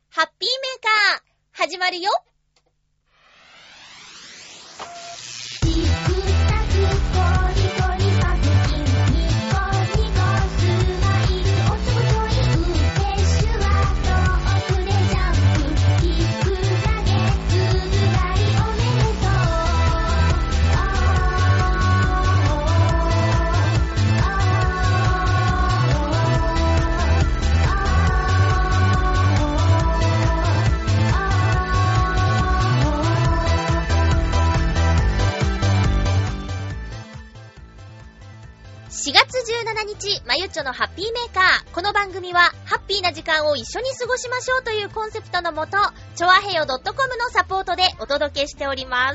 ハッピーメーカー始まるよ。4月17日、まゆっちょのハッピーメーカー。この番組は、ハッピーな時間を一緒に過ごしましょうというコンセプトのもと、ちょあへよ .com のサポートでお届けしております。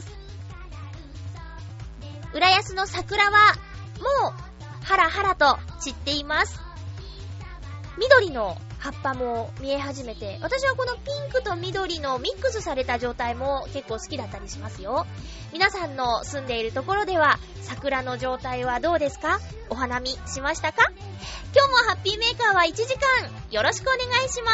浦安の桜は、もう、ハラハラと散っています。緑の葉っぱも見え始めて、私はこのピンクと緑のミックスされた状態も結構好きだったりしますよ。皆さんの住んでいるところでは桜の状態はどうですか？お花見しましたか？今日もハッピーメーカーは1時間よろしくお願いします。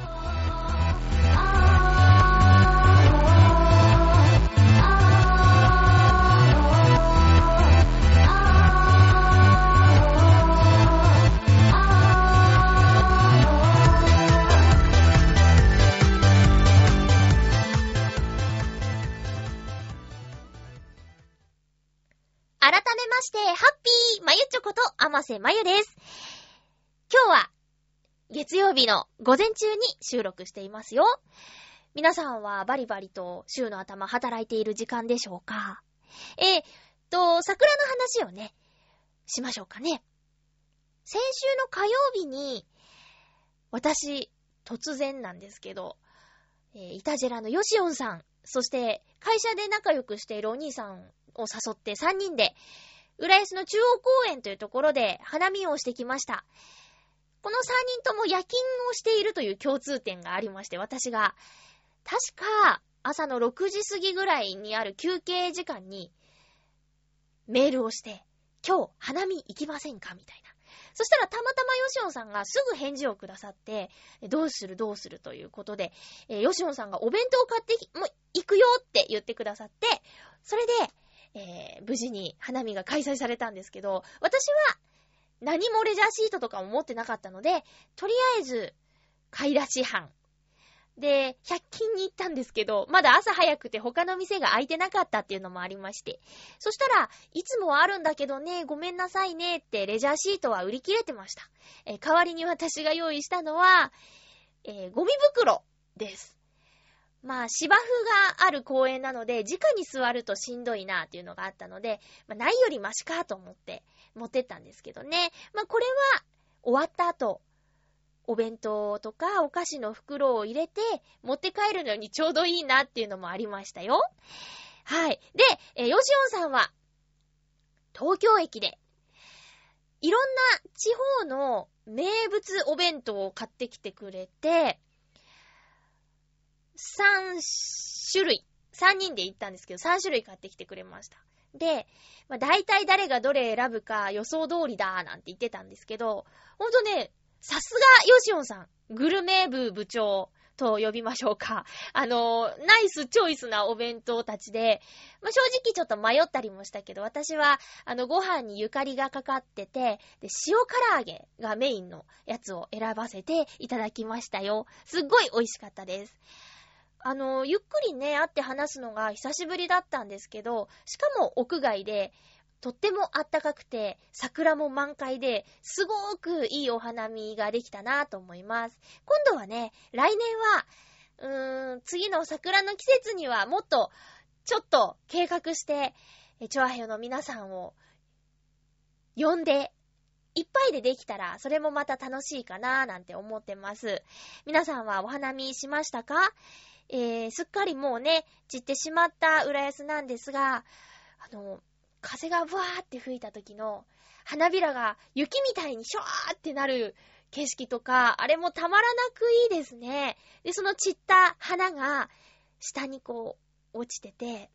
改めまして、ハッピーまゆっちょこと甘瀬まゆです。今日は月曜日の午前中に収録していますよ。皆さんはバリバリと週の頭働いている時間でしょうか？桜の話をね、しましょうかね。先週の火曜日に、私、突然なんですけど、イタジェラのヨシオンさん、そして会社で仲良くしているお兄さんを誘って3人で浦安の中央公園というところで花見をしてきました。この3人とも夜勤をしているという共通点がありまして、私が確か朝の6時過ぎぐらいにある休憩時間にメールをして、今日花見行きませんかみたいな。そしたらたまたまヨシオンさんがすぐ返事をくださって、どうするということで、ヨシオンさんがお弁当を買って行くよって言ってくださって、それで無事に花見が開催されたんですけど、私は何もレジャーシートとかも持ってなかったので、とりあえず買い出し班で100均に行ったんですけど、まだ朝早くて他の店が開いてなかったっていうのもありまして、そしたらいつもはあるんだけどね、ごめんなさいねってレジャーシートは売り切れてました。代わりに私が用意したのは、ゴミ袋です。まあ芝生がある公園なので直に座るとしんどいなっていうのがあったので、ないよりマシかと思って持ってったんですけどね。これは終わった後、お弁当とかお菓子の袋を入れて持って帰るのにちょうどいいなっていうのもありましたよ。はい。で、ヨシオンさんは東京駅でいろんな地方の名物お弁当を買ってきてくれて、3人で行ったんですけど、3種類買ってきてくれました。で、大体誰がどれ選ぶか予想通りだなんて言ってたんですけど、ほんとね、さすがヨシオンさん、グルメ部部長と呼びましょうか。ナイスチョイスなお弁当たちで、正直ちょっと迷ったりもしたけど、私はご飯にゆかりがかかってて、で塩唐揚げがメインのやつを選ばせていただきましたよ。すっごい美味しかったです。ゆっくりね、会って話すのが久しぶりだったんですけど、しかも屋外で、とってもあったかくて、桜も満開で、すごくいいお花見ができたなと思います。今度はね、来年は、次の桜の季節にはもっと、ちょっと計画して、チョアヘヨの皆さんを呼んで、いっぱいでできたら、それもまた楽しいかななんて思ってます。皆さんはお花見しましたか？すっかりもうね、散ってしまった浦安なんですが、風がブワーって吹いた時の花びらが雪みたいにシュワーってなる景色とか、あれもたまらなくいいですね。で、その散った花が下にこう落ちてて、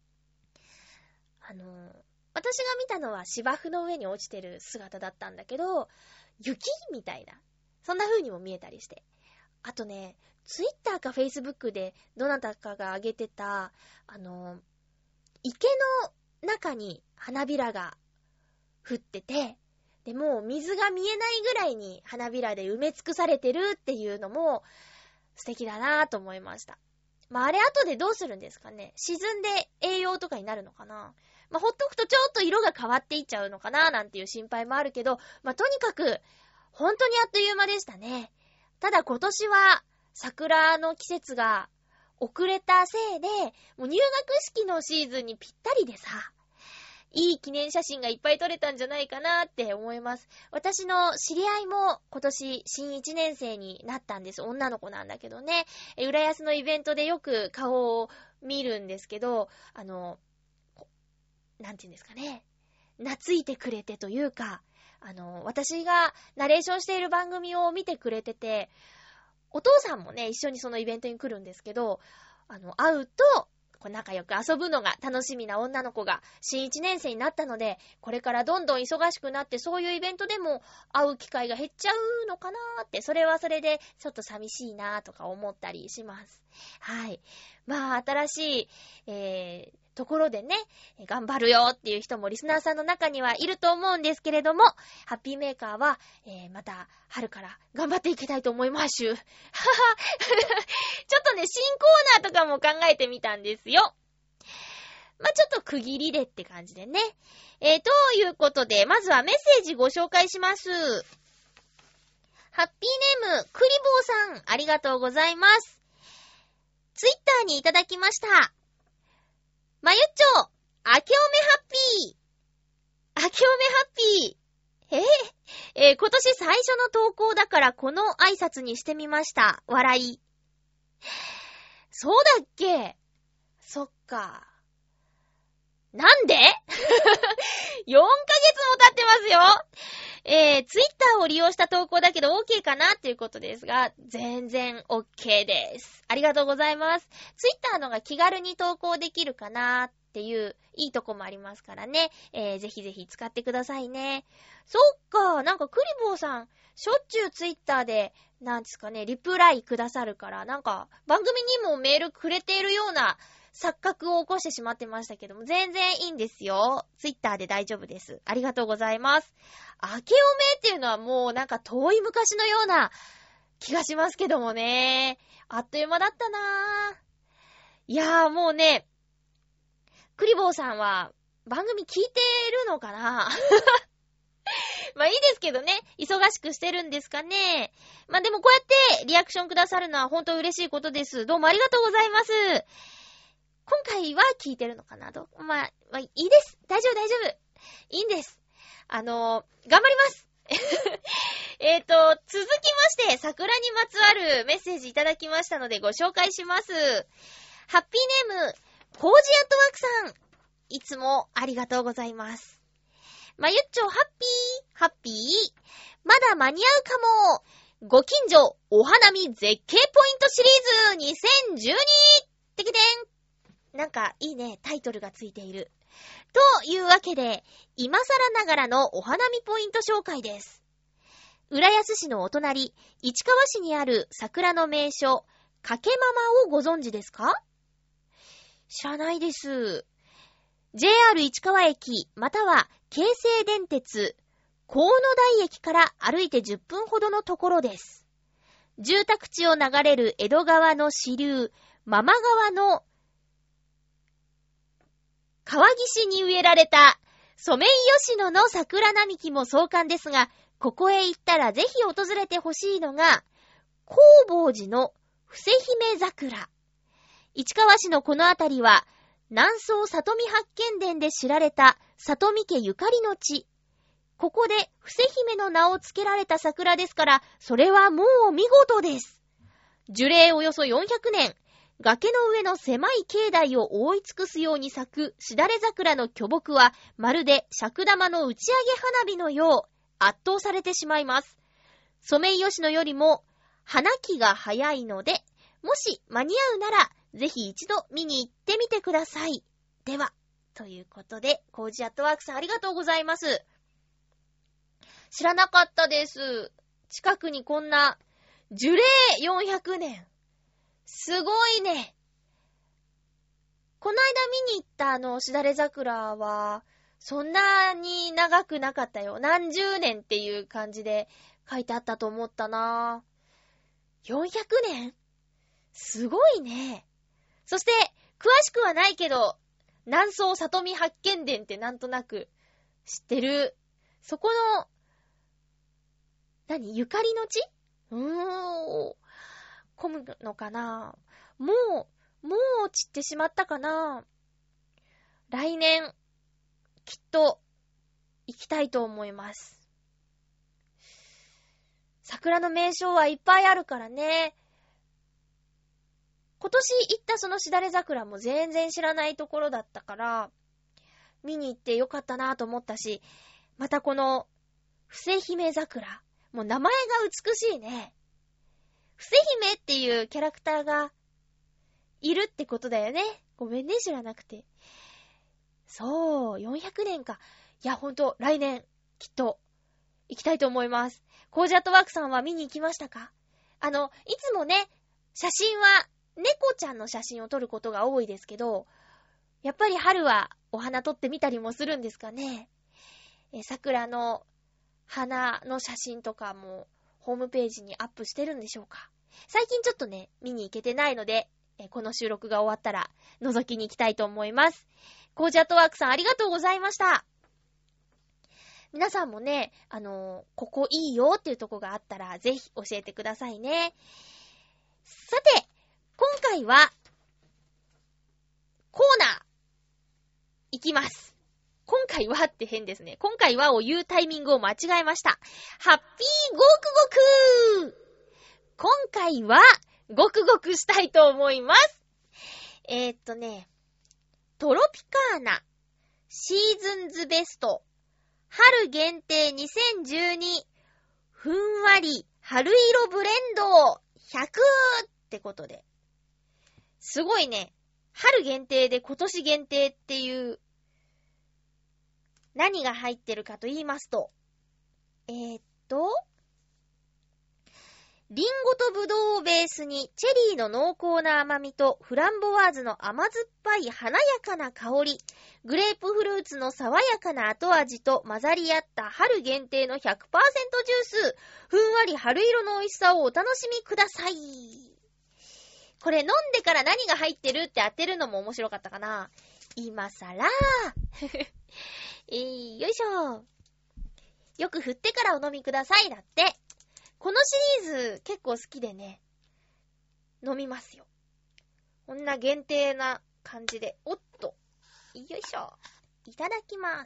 私が見たのは芝生の上に落ちてる姿だったんだけど、雪みたいな、そんな風にも見えたりして、 あとね、ツイッターかフェイスブックでどなたかが上げてた、池の中に花びらが降ってて、でも水が見えないぐらいに花びらで埋め尽くされてるっていうのも素敵だなぁと思いました。あれ後でどうするんですかね。沈んで栄養とかになるのかな。ほっとくとちょっと色が変わっていっちゃうのかななんていう心配もあるけど、とにかく本当にあっという間でしたね。ただ今年は桜の季節が遅れたせいで、もう入学式のシーズンにぴったりでさ、いい記念写真がいっぱい撮れたんじゃないかなって思います。私の知り合いも今年新1年生になったんです。女の子なんだけどね。浦安のイベントでよく顔を見るんですけど、なんていうんですかね。懐いてくれてというか、私がナレーションしている番組を見てくれてて、お父さんもね、一緒にそのイベントに来るんですけど、会うと、仲良く遊ぶのが楽しみな女の子が新1年生になったので、これからどんどん忙しくなってそういうイベントでも会う機会が減っちゃうのかなーって、それはそれでちょっと寂しいなーとか思ったりします。はい。新しい、ところでね、頑張るよっていう人もリスナーさんの中にはいると思うんですけれども、ハッピーメーカーは、また春から頑張っていきたいと思います。ちょっとね、新コーナーとかも考えてみたんですよ。ちょっと区切りでって感じでね。ということで、まずはメッセージご紹介します。ハッピーネーム、クリボーさん、ありがとうございます。ツイッターにいただきました。まゆっちょ、あけおめハッピー。あけおめハッピー。今年最初の投稿だからこの挨拶にしてみました。笑い。そうだっけ？そっか。なんで？ 4 ヶ月も経ってますよ。ツイッターを利用した投稿だけど OK かなっていうことですが、全然 OK です。ありがとうございます。ツイッターのが気軽に投稿できるかなっていういいとこもありますからね。ぜひぜひ使ってくださいね。そっか、なんかクリボーさん、しょっちゅうツイッターで、なんですかね、リプライくださるから、なんか番組にもメールくれているような錯覚を起こしてしまってましたけども、全然いいんですよ。ツイッターで大丈夫です。ありがとうございます。あけおめっていうのはもうなんか遠い昔のような気がしますけどもね。あっという間だったなぁ。いやーもうね、クリボーさんは番組聞いてるのかないいですけどね、忙しくしてるんですかね。でもこうやってリアクションくださるのは本当嬉しいことです。どうもありがとうございます。今回は聞いてるのかなと。いいです。大丈夫。いいんです。頑張ります。続きまして、桜にまつわるメッセージいただきましたのでご紹介します。ハッピーネーム、コージアットワークさん。いつもありがとうございます。まゆっちょ、ハッピー。まだ間に合うかも。ご近所お花見絶景ポイントシリーズ2012てきてん。なんかいいね、タイトルがついている。というわけで、今更ながらのお花見ポイント紹介です。浦安市のお隣、市川市にある桜の名所、かけままをご存知ですか？知らないです。JR 市川駅、または京成電鉄、河野台駅から歩いて10分ほどのところです。住宅地を流れる江戸川の支流、真間川の川岸に植えられたソメイヨシノの桜並木も壮観ですが、ここへ行ったらぜひ訪れてほしいのが、弘法寺の伏姫桜。市川市のこの辺りは、南総里見八犬伝で知られた里見家ゆかりの地。ここで伏姫の名を付けられた桜ですから、それはもう見事です。樹齢およそ400年。崖の上の狭い境内を覆い尽くすように咲くしだれ桜の巨木は、まるで尺玉の打ち上げ花火のよう、圧倒されてしまいます。ソメイヨシノよりも花期が早いので、もし間に合うなら、ぜひ一度見に行ってみてください。では、ということで、コージアットワークさんありがとうございます。知らなかったです。近くにこんな樹齢400年。すごいね。この間見に行ったしだれ桜は、そんなに長くなかったよ。何十年っていう感じで書いてあったと思ったな。400年？すごいね。そして、詳しくはないけど、南総里見八犬伝ってなんとなく知ってる。そこの、ゆかりの地？混むのかな？もう散ってしまったかな？来年、きっと、行きたいと思います。桜の名所はいっぱいあるからね。今年行ったそのしだれ桜も全然知らないところだったから、見に行ってよかったなと思ったし、またこの、伏姫桜。もう名前が美しいね。伏姫っていうキャラクターがいるってことだよね。ごめんね、知らなくて。そう、400年か。いや、ほんと、来年、きっと、行きたいと思います。コージアットワークさんは見に行きましたか？いつもね、写真は、猫ちゃんの写真を撮ることが多いですけど、やっぱり春はお花撮ってみたりもするんですかね。桜の花の写真とかもホームページにアップしてるんでしょうか。最近ちょっとね、見に行けてないので、この収録が終わったら覗きに行きたいと思います。コージアットワークさんありがとうございました。皆さんもね、ここいいよっていうとこがあったらぜひ教えてくださいね。さて、今回はコーナーいきます。今回はって変ですね。今回はを言うタイミングを間違えました。ハッピーごくごく。今回はごくごくしたいと思います。トロピカーナシーズンズベスト春限定2012ふんわり春色ブレンド100ってことで。すごいね。春限定で今年限定っていう何が入ってるかと言いますと、リンゴとブドウをベースにチェリーの濃厚な甘みとフランボワーズの甘酸っぱい華やかな香り、グレープフルーツの爽やかな後味と混ざり合った春限定の 100% ジュース、ふんわり春色の美味しさをお楽しみください。これ飲んでから何が入ってるって当てるのも面白かったかな。今さらよいしょ。よく振ってからお飲みくださいだって。このシリーズ結構好きでね、飲みますよ。こんな限定な感じで。おっと。よいしょ。いただきます。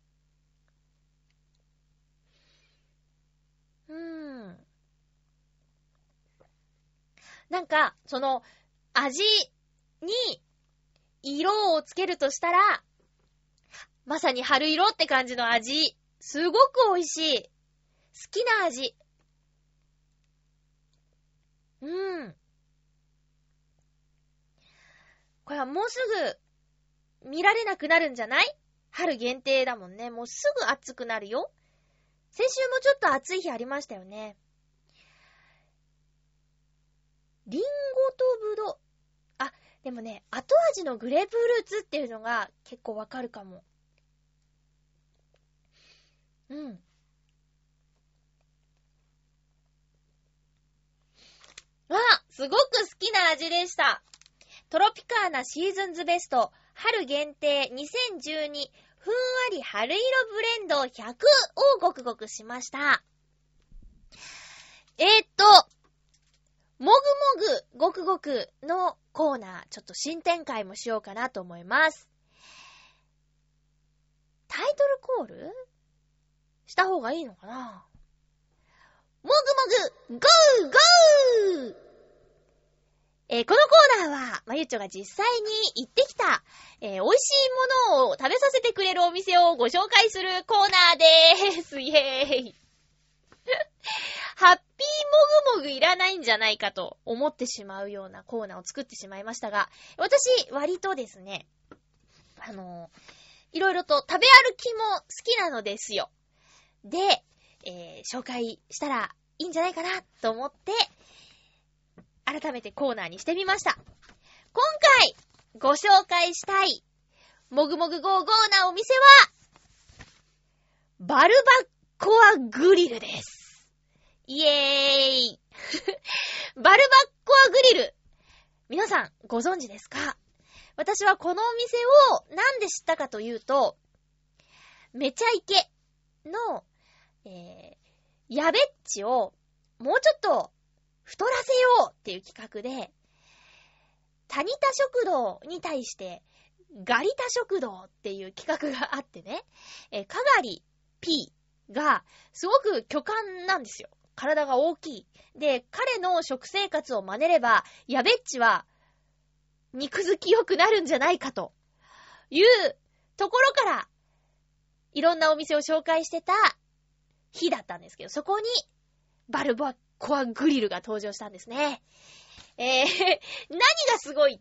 なんか、その、味に色をつけるとしたら、まさに春色って感じの味。すごく美味しい。好きな味。これはもうすぐ見られなくなるんじゃない？春限定だもんね。もうすぐ暑くなるよ。先週もちょっと暑い日ありましたよね。リンゴとブドウ。あ、でもね、後味のグレープフルーツっていうのが結構わかるかも。すごく好きな味でした。トロピカーナシーズンズベスト春限定2012ふんわり春色ブレンド100をごくごくしました。もぐもぐごくごくのコーナー、ちょっと新展開もしようかなと思います。タイトルコールした方がいいのかな？もぐもぐゴーゴー。このコーナーは、まゆっちょが実際に行ってきた、美味しいものを食べさせてくれるお店をご紹介するコーナーでーす。イエーイ。ハッピーもぐもぐいらないんじゃないかと思ってしまうようなコーナーを作ってしまいましたが、私、割とですね、いろいろと食べ歩きも好きなのですよ。で、紹介したらいいんじゃないかなと思って、改めてコーナーにしてみました。今回ご紹介したいもぐもぐゴーゴーなお店はバルバッコアグリルです。イエーイバルバッコアグリル、皆さんご存知ですか？私はこのお店をなんで知ったかというと、めちゃイケの、やべっちをもうちょっと太らせようっていう企画で、タニタ食堂に対してガリタ食堂っていう企画があってね、かがり P がすごく巨漢なんですよ。体が大きい。で、彼の食生活を真似れば、やべっちは肉付き良くなるんじゃないかというところから、いろんなお店を紹介してた日だったんですけど、そこにバルバッコアグリルが登場したんですね。何がすごいって、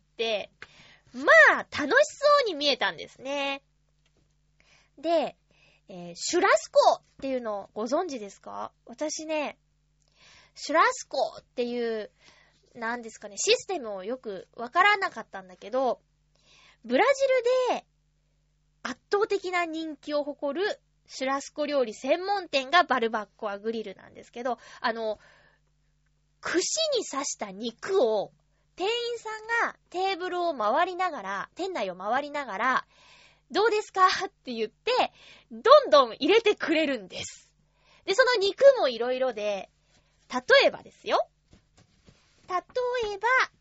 まあ、楽しそうに見えたんですね。で、シュラスコっていうのご存知ですか？私ね、シュラスコっていう、なんですかね、システムをよくわからなかったんだけど、ブラジルで圧倒的な人気を誇るシュラスコ料理専門店がバルバッコアグリルなんですけど、串に刺した肉を店員さんがテーブルを回りながら、店内を回りながら、どうですかって言って、どんどん入れてくれるんです。で、その肉もいろいろで、例えばですよ。例え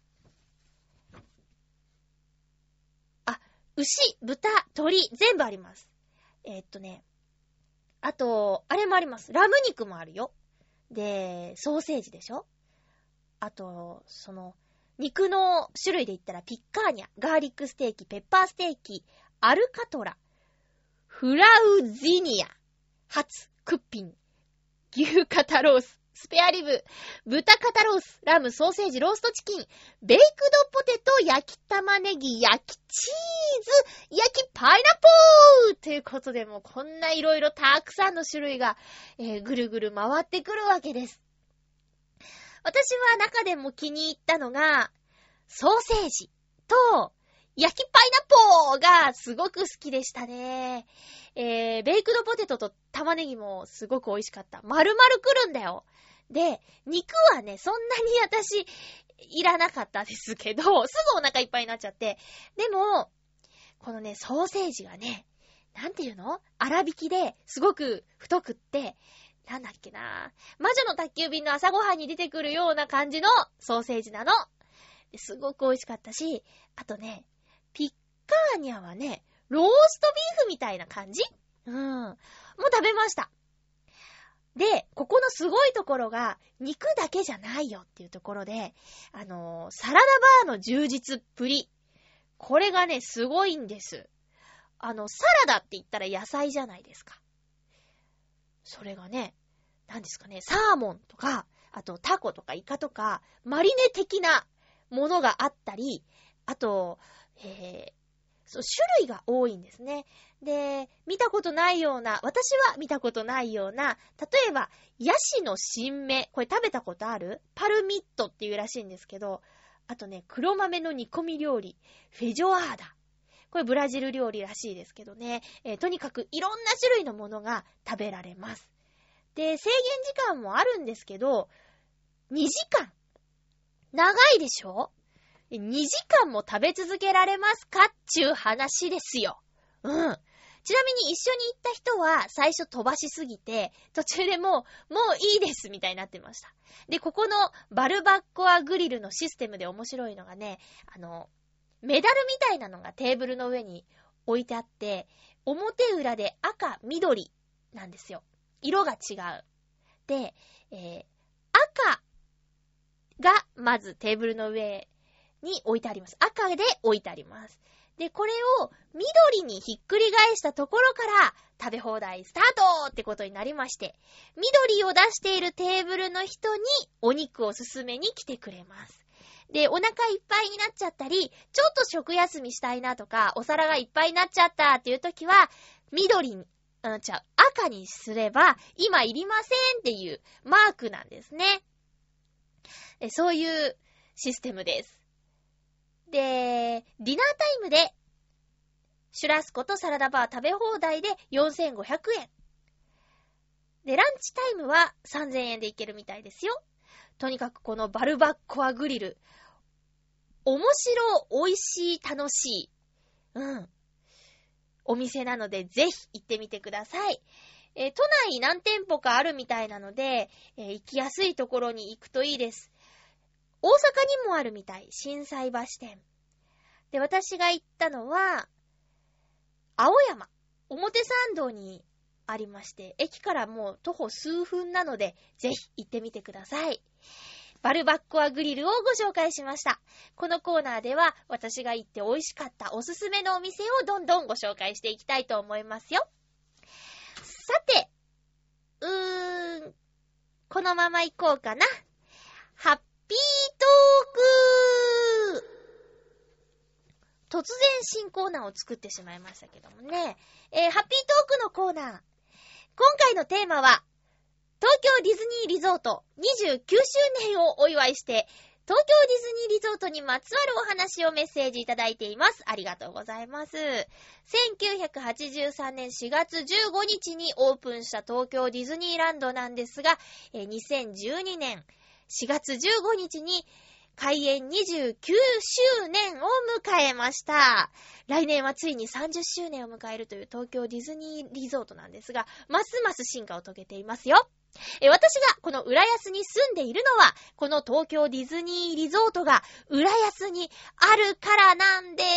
ば、牛、豚、鶏、全部あります。あと、あれもあります。ラム肉もあるよ。で、ソーセージでしょ？あと、肉の種類で言ったらピッカーニャ、ガーリックステーキ、ペッパーステーキ、アルカトラ、フラウジニア、ハツ、クッピン、牛肩ロース、スペアリブ、豚肩ロース、ラム、ソーセージ、ローストチキン、ベイクドポテト、焼き玉ねぎ、焼きチーズ、焼きパイナポーということで、もうこんないろいろたくさんの種類が、ぐるぐる回ってくるわけです。私は中でも気に入ったのが、ソーセージと焼きパイナポーがすごく好きでしたね。ベイクドポテトと玉ねぎもすごく美味しかった。丸々くるんだよ。で、肉はね、そんなに私、いらなかったですけど、すぐお腹いっぱいになっちゃって。でも、このね、ソーセージがね、なんていうの？粗挽きですごく太くって、なんだっけな、魔女の宅急便の朝ごはんに出てくるような感じのソーセージなの。すごく美味しかったし、あとね、ピッカーニャはね、ローストビーフみたいな感じ？もう食べました。で、ここのすごいところが、肉だけじゃないよっていうところで、サラダバーの充実っぷり。これがね、すごいんです。サラダって言ったら野菜じゃないですか。それがね、何ですかね、サーモンとか、あとタコとかイカとか、マリネ的なものがあったり、あと、種類が多いんですね。で、見たことないような、私は見たことないような、例えば、ヤシの新芽、これ食べたことある？パルミットっていうらしいんですけど、あとね、黒豆の煮込み料理、フェジョアーダ。これブラジル料理らしいですけどね、とにかくいろんな種類のものが食べられます。で、制限時間もあるんですけど、2時間。長いでしょ？2時間も食べ続けられますかっちゅう話ですよ。ちなみに一緒に行った人は最初飛ばしすぎて、途中でもういいですみたいになってました。で、ここのバルバッコアグリルのシステムで面白いのがね、メダルみたいなのがテーブルの上に置いてあって、表裏で赤、緑なんですよ。色が違う。で、赤がまずテーブルの上に置いてあります。赤で置いてあります。で、これを緑にひっくり返したところから食べ放題スタートってことになりまして、緑を出しているテーブルの人にお肉を勧めに来てくれます。で、お腹いっぱいになっちゃったり、ちょっと食休みしたいなとか、お皿がいっぱいになっちゃったっていう時は、緑赤にすれば、今いりませんっていうマークなんですね。そういうシステムです。で、ディナータイムで、シュラスコとサラダバー食べ放題で4500円。で、ランチタイムは3000円でいけるみたいですよ。とにかくこのバルバッコアグリル、面白、美味しい、楽しい。お店なのでぜひ行ってみてください。都内何店舗かあるみたいなので、行きやすいところに行くといいです。大阪にもあるみたい。心斎橋店。で、私が行ったのは、青山、表参道にありまして、駅からもう徒歩数分なので、ぜひ行ってみてください。バルバッコアグリルをご紹介しました。このコーナーでは私が行って美味しかったおすすめのお店をどんどんご紹介していきたいと思いますよ。さて、このまま行こうかな。ハッピートーク！突然新コーナーを作ってしまいましたけどもね。ハッピートークのコーナー。今回のテーマは、東京ディズニーリゾート29周年をお祝いして、東京ディズニーリゾートにまつわるお話をメッセージいただいています。ありがとうございます。1983年4月15日にオープンした東京ディズニーランドなんですが、2012年4月15日に開園29周年を迎えました。来年はついに30周年を迎えるという東京ディズニーリゾートなんですが、ますます進化を遂げていますよ。私がこの浦安に住んでいるのは、この東京ディズニーリゾートが浦安にあるからなんです。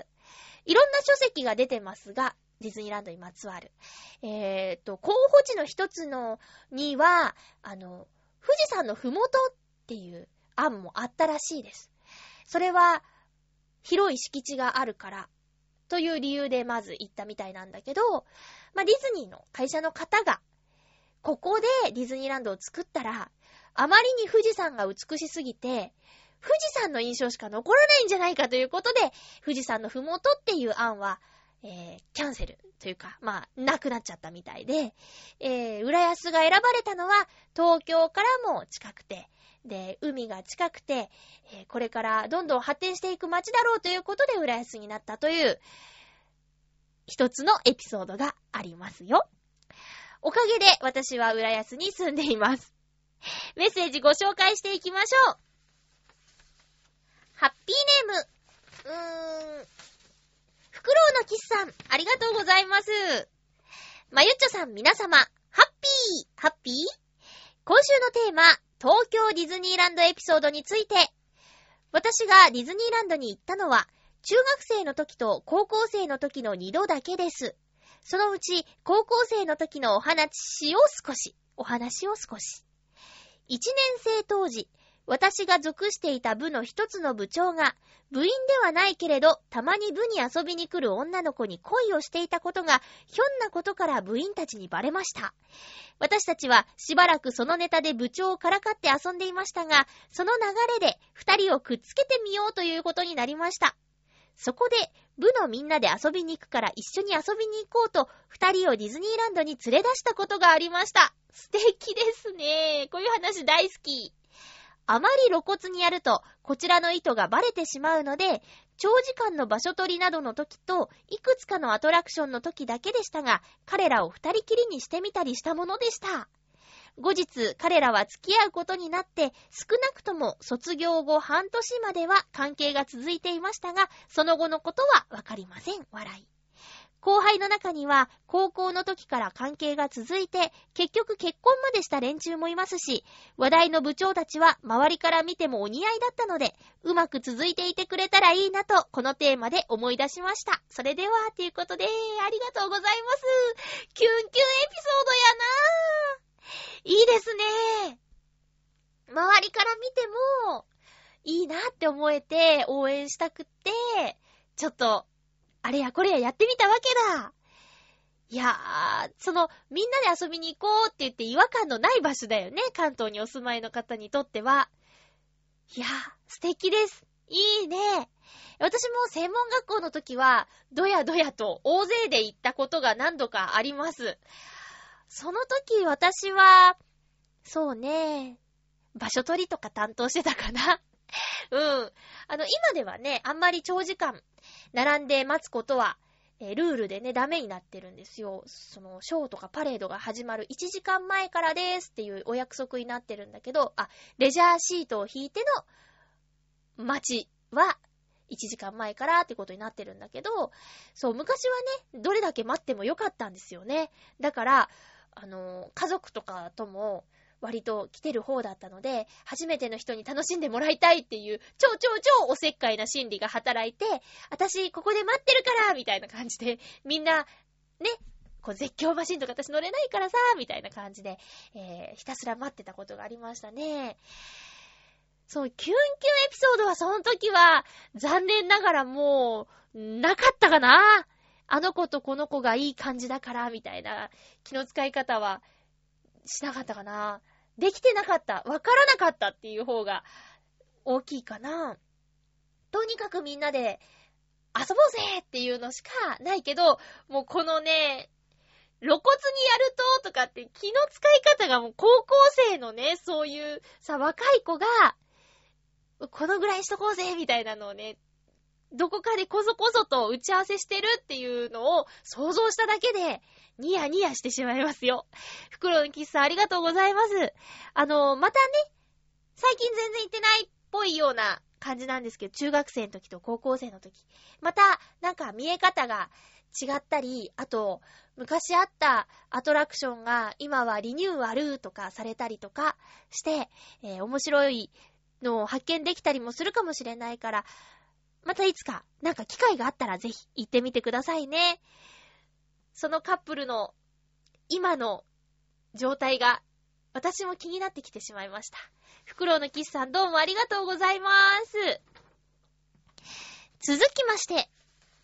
いろんな書籍が出てますが、ディズニーランドにまつわる。候補地の一つのには、富士山のふもとっていう案もあったらしいです。それは、広い敷地があるからという理由でまず行ったみたいなんだけど、ディズニーの会社の方が、ここでディズニーランドを作ったら、あまりに富士山が美しすぎて、富士山の印象しか残らないんじゃないかということで、富士山のふもとっていう案は、キャンセルというか、なくなっちゃったみたいで、浦安が選ばれたのは、東京からも近くて、で、海が近くて、これからどんどん発展していく街だろうということで浦安になったという、一つのエピソードがありますよ。おかげで私は浦安に住んでいます。メッセージご紹介していきましょう。ハッピーネーム、フクロウのキスさん、ありがとうございます。まゆっちょさん、皆様、ハッピー今週のテーマ、東京ディズニーランドエピソードについて。私がディズニーランドに行ったのは、中学生の時と高校生の時の2度だけです。そのうち、高校生の時のお話を少し。1年生当時、私が属していた部の一つの部長が、部員ではないけれど、たまに部に遊びに来る女の子に恋をしていたことが、ひょんなことから部員たちにバレました。私たちはしばらくそのネタで部長をからかって遊んでいましたが、その流れで二人をくっつけてみようということになりました。そこで、部のみんなで遊びに行くから一緒に遊びに行こうと、二人をディズニーランドに連れ出したことがありました。素敵ですね。こういう話大好き。あまり露骨にやると、こちらの意図がバレてしまうので、長時間の場所取りなどの時と、いくつかのアトラクションの時だけでしたが、彼らを二人きりにしてみたりしたものでした。後日、彼らは付き合うことになって、少なくとも卒業後半年までは関係が続いていましたが、その後のことはわかりません。笑い。後輩の中には、高校の時から関係が続いて、結局結婚までした連中もいますし、話題の部長たちは周りから見てもお似合いだったので、うまく続いていてくれたらいいなと、このテーマで思い出しました。それでは、ということで、ありがとうございます。キュンキュンエピソードやなぁ。いいですね。周りから見ても、いいなって思えて、応援したくって、ちょっと、あれやこれややってみたわけだ。いやー、みんなで遊びに行こうって言って違和感のない場所だよね。関東にお住まいの方にとっては。いやー、素敵です。いいね。 私も専門学校の時は、どやどやと大勢で行ったことが何度かあります。その時私は、そうね、場所取りとか担当してたかな。今ではね、あんまり長時間並んで待つことは、ルールでね、ダメになってるんですよ。その、ショーとかパレードが始まる1時間前からですっていうお約束になってるんだけど、レジャーシートを引いての待ちは1時間前からってことになってるんだけど、そう、昔はね、どれだけ待ってもよかったんですよね。だから、家族とかとも、割と来てる方だったので、初めての人に楽しんでもらいたいっていう超おせっかいな心理が働いて、私ここで待ってるからみたいな感じで、みんなね、こう絶叫マシンとか私乗れないからさみたいな感じで、ひたすら待ってたことがありましたね。そう、キュンキュンエピソードはその時は残念ながらもうなかったかな。あの子とこの子がいい感じだからみたいな気の使い方はしなかったかな。できてなかった。わからなかったっていう方が大きいかな。とにかくみんなで遊ぼうぜっていうのしかないけど、もうこのね、露骨にやるととかって気の使い方がもう高校生のね、そういうさ、若い子が、このぐらいしとこうぜみたいなのをね、どこかでこそこそと打ち合わせしてるっていうのを想像しただけで、ニヤニヤしてしまいますよ。フクロウのキスさんありがとうございます。またね、最近全然行ってないっぽいような感じなんですけど、中学生の時と高校生の時。また、なんか見え方が違ったり、あと、昔あったアトラクションが今はリニューアルとかされたりとかして、面白いのを発見できたりもするかもしれないから、またいつか、なんか機会があったらぜひ行ってみてくださいね。そのカップルの今の状態が私も気になってきてしまいました。フクロウのキスさんどうもありがとうございます。続きまして、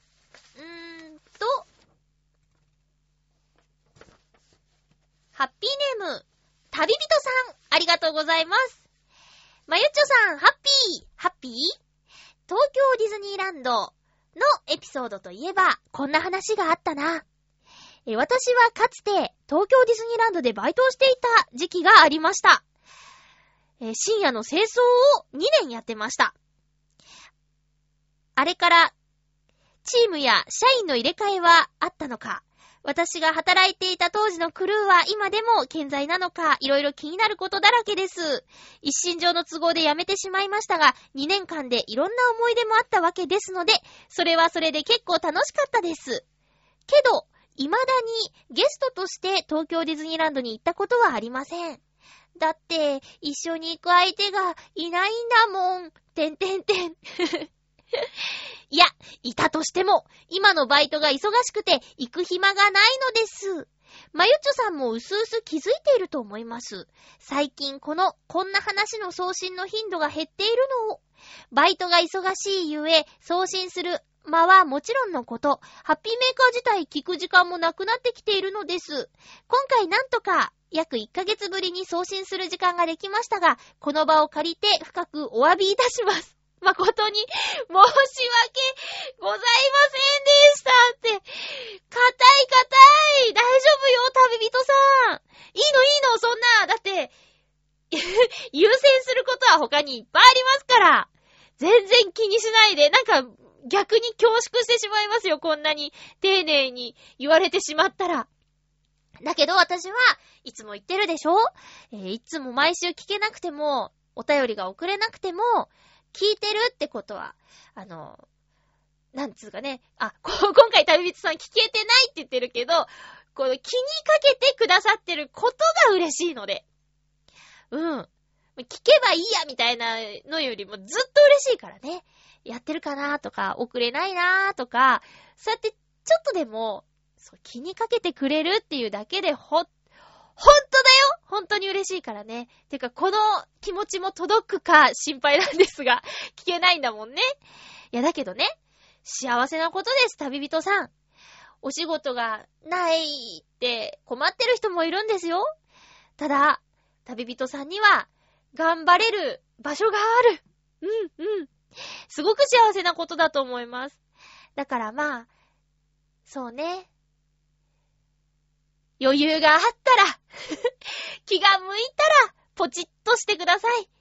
ハッピーネーム、旅人さんありがとうございます。まゆっちょさん、ハッピー東京ディズニーランドのエピソードといえば、こんな話があったな。私はかつて東京ディズニーランドでバイトをしていた時期がありました。深夜の清掃を2年やってました。あれからチームや社員の入れ替えはあったのか、私が働いていた当時のクルーは今でも健在なのか、いろいろ気になることだらけです。一身上の都合で辞めてしまいましたが、2年間でいろんな思い出もあったわけですので、それはそれで結構楽しかったです。けど、未だにゲストとして東京ディズニーランドに行ったことはありません。だって、一緒に行く相手がいないんだもん。いや、いたとしても、今のバイトが忙しくて行く暇がないのです。まゆっちょさんもうすうす気づいていると思います。最近こんな話の送信の頻度が減っているのを。バイトが忙しいゆえ、送信する間はもちろんのこと、ハッピーメーカー自体聞く時間もなくなってきているのです。今回なんとか、約1ヶ月ぶりに送信する時間ができましたが、この場を借りて深くお詫びいたします。誠に申し訳ございませんでしたって。硬い。大丈夫よ、旅人さん。いいの、そんな。だって、優先することは他にいっぱいありますから。全然気にしないで。なんか、逆に恐縮してしまいますよ。こんなに丁寧に言われてしまったら。だけど私はいつも言ってるでしょ？いつも毎週聞けなくても、お便りが送れなくても、聞いてるってことは、なんつうかね、今回旅人さん聞けてないって言ってるけど、この気にかけてくださってることが嬉しいので。聞けばいいやみたいなのよりもずっと嬉しいからね。やってるかなとか、送れないなとか、そうやってちょっとでも、そう気にかけてくれるっていうだけでほんとだよ！本当に嬉しいからね。てか、この気持ちも届くか心配なんですが、聞けないんだもんね。いや、だけどね、幸せなことです、旅人さん。お仕事がないって困ってる人もいるんですよ。ただ、旅人さんには頑張れる場所がある。すすごく幸せなことだと思います。だからまあ、そうね。余裕があったら、気が向いたら、ポチッとしてください。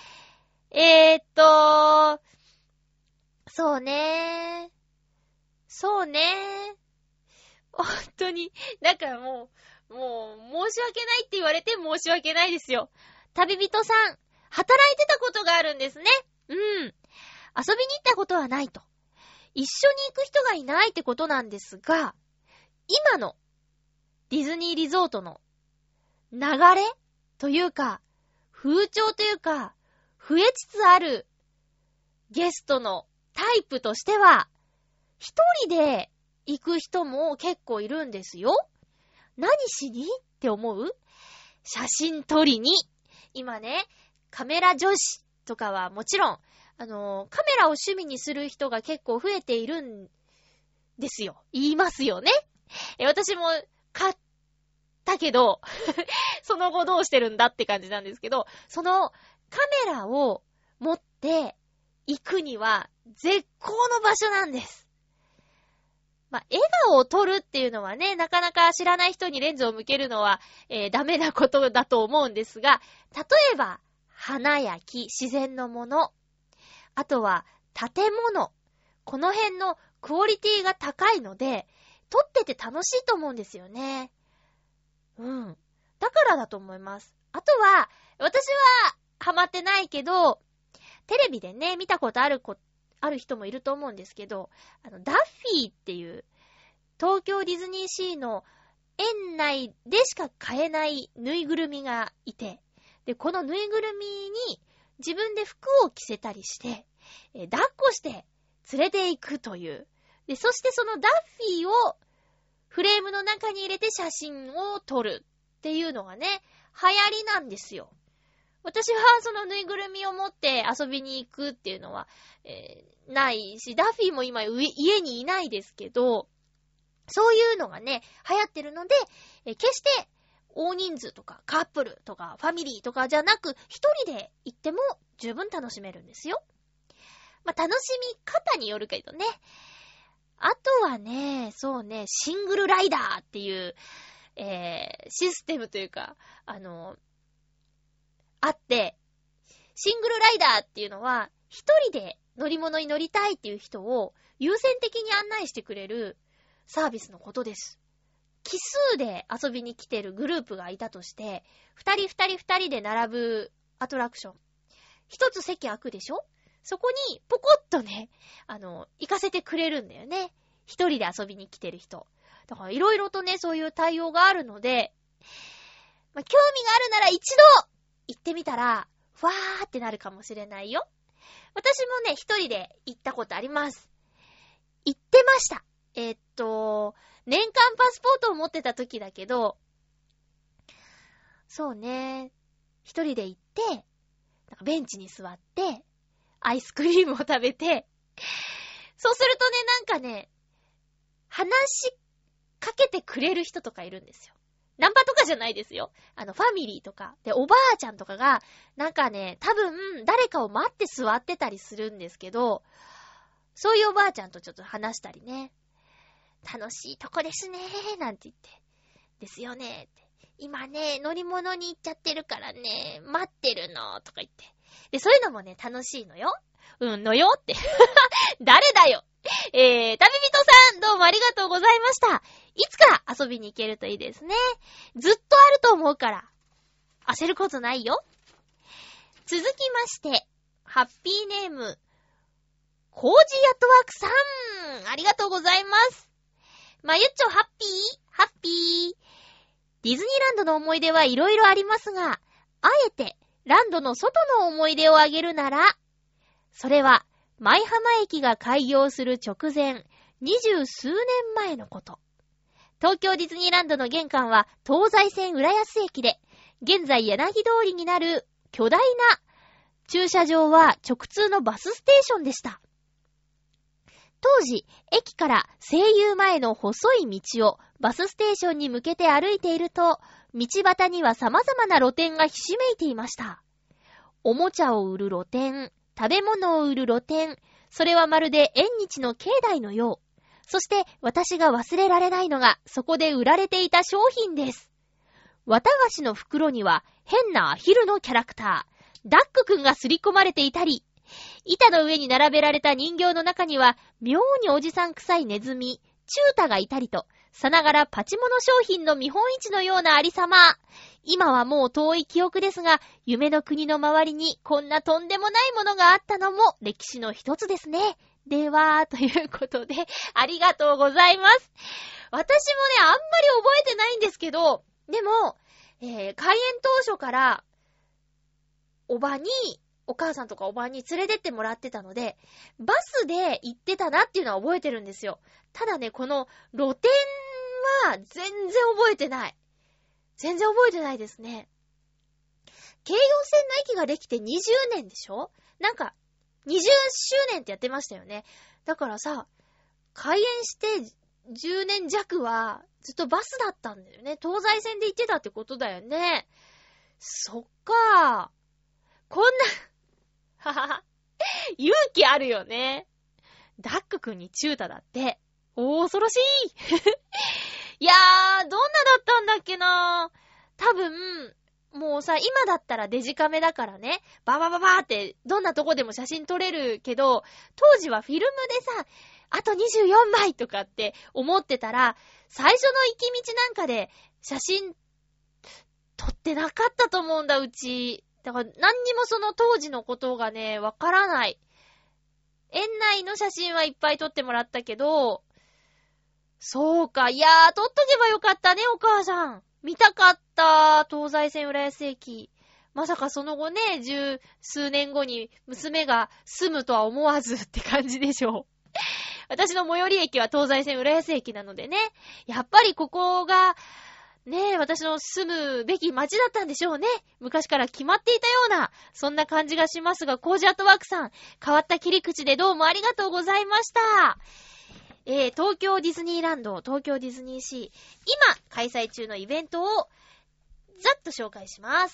そうね。そうね。本当に、だからもう、申し訳ないって言われて申し訳ないですよ。旅人さん、働いてたことがあるんですね。遊びに行ったことはないと。一緒に行く人がいないってことなんですが、今のディズニーリゾートの流れというか、風潮というか、増えつつあるゲストのタイプとしては、一人で行く人も結構いるんですよ。何しにって思う？写真撮りに。今ね、カメラ女子とかはもちろん、カメラを趣味にする人が結構増えているんですよ。言いますよね。私も買ったけど、その後どうしてるんだって感じなんですけど、そのカメラを持って行くには絶好の場所なんです。まあ、笑顔を撮るっていうのはね、なかなか知らない人にレンズを向けるのは、ダメなことだと思うんですが、例えば、花や木、自然のもの、あとは建物、この辺のクオリティが高いので、撮ってて楽しいと思うんですよね。だからだと思います。あとは、私はハマってないけど、テレビでね、見たことある人もいると思うんですけど、ダッフィーっていう、東京ディズニーシーの園内でしか買えないぬいぐるみがいて、で、このぬいぐるみに自分で服を着せたりして、抱っこして連れて行くという。で、そしてそのダッフィーをフレームの中に入れて写真を撮るっていうのがね、流行りなんですよ。私はそのぬいぐるみを持って遊びに行くっていうのは、ないし、ダッフィーも今家にいないですけど、そういうのがね、流行ってるので、決して大人数とかカップルとかファミリーとかじゃなく、一人で行っても十分楽しめるんですよ。まあ、楽しみ方によるけどね。あとはね、そうね、シングルライダーっていう、システムというか、あって、シングルライダーっていうのは、一人で乗り物に乗りたいっていう人を優先的に案内してくれるサービスのことです。奇数で遊びに来てるグループがいたとして、二人で並ぶアトラクション。一つ席空くでしょ？そこにポコッとね、行かせてくれるんだよね。一人で遊びに来てる人。だからいろいろとね、そういう対応があるので、まあ、興味があるなら一度行ってみたら、ふわーってなるかもしれないよ。私もね、一人で行ったことあります。行ってました。年間パスポートを持ってた時だけど、そうね、一人で行って、なんかベンチに座って、アイスクリームを食べて、そうするとね、なんかね、話しかけてくれる人とかいるんですよ。ナンパとかじゃないですよ。ファミリーとか。で、おばあちゃんとかが、なんかね、多分、誰かを待って座ってたりするんですけど、そういうおばあちゃんとちょっと話したりね。楽しいとこですねー、なんて言って。ですよねーって。今ね、乗り物に行っちゃってるからね、待ってるのとか言って。で、そういうのもね、楽しいのよ。のよって。誰だよ。旅人さん、どうもありがとうございました。いつか遊びに行けるといいですね。ずっとあると思うから、焦ることないよ。続きまして、ハッピーネーム、コージーアットワークさん、ありがとうございます。まゆっちょハッピー。ディズニーランドの思い出はいろいろありますが、あえてランドの外の思い出をあげるなら、それは舞浜駅が開業する直前、20数年前のこと。東京ディズニーランドの玄関は東西線浦安駅で、現在柳通りになる巨大な駐車場は直通のバスステーションでした。当時、駅から声優前の細い道をバスステーションに向けて歩いていると、道端には様々な露店がひしめいていました。おもちゃを売る露店、食べ物を売る露店、 それはまるで縁日の境内のよう。そして私が忘れられないのが、そこで売られていた商品です。綿菓子の袋には変なアヒルのキャラクター、ダックくんがすり込まれていたり、板の上に並べられた人形の中には妙におじさん臭いネズミ、チュータがいたりと、さながらパチモノ商品の見本市のようなありさま。今はもう遠い記憶ですが、夢の国の周りにこんなとんでもないものがあったのも歴史の一つですね。では、ということで、ありがとうございます。私もね、あんまり覚えてないんですけど、でも、開園当初から、お母さんとかおばに連れてってもらってたので、バスで行ってたなっていうのは覚えてるんですよ。ただね、この露店は全然覚えてない。全然覚えてないですね。京葉線の駅ができて20年でしょ？なんか、20周年ってやってましたよね。だからさ、開園して10年弱はずっとバスだったんだよね。東西線で行ってたってことだよね。そっか。こんな、ははは。勇気あるよね。ダックくんにチュータだって。恐ろしい。いやー、どんなだったんだっけな。多分、もうさ、今だったらデジカメだからね、ババババーってどんなとこでも写真撮れるけど、当時はフィルムでさ、あと24枚とかって思ってたら、最初の行き道なんかで写真撮ってなかったと思うんだ、うち。だから何にもその当時のことがね、わからない。園内の写真はいっぱい撮ってもらったけど、そうか、いやー、撮っとけばよかったね、お母さん。見たかった、東西線浦安駅。まさかその後ね、十数年後に娘が住むとは思わずって感じでしょう。私の最寄り駅は東西線浦安駅なのでね、やっぱりここが、ね、私の住むべき街だったんでしょうね。昔から決まっていたような、そんな感じがしますが、コージアットワークさん、変わった切り口でどうもありがとうございました。東京ディズニーランド、東京ディズニーシー、今開催中のイベントをざっと紹介します。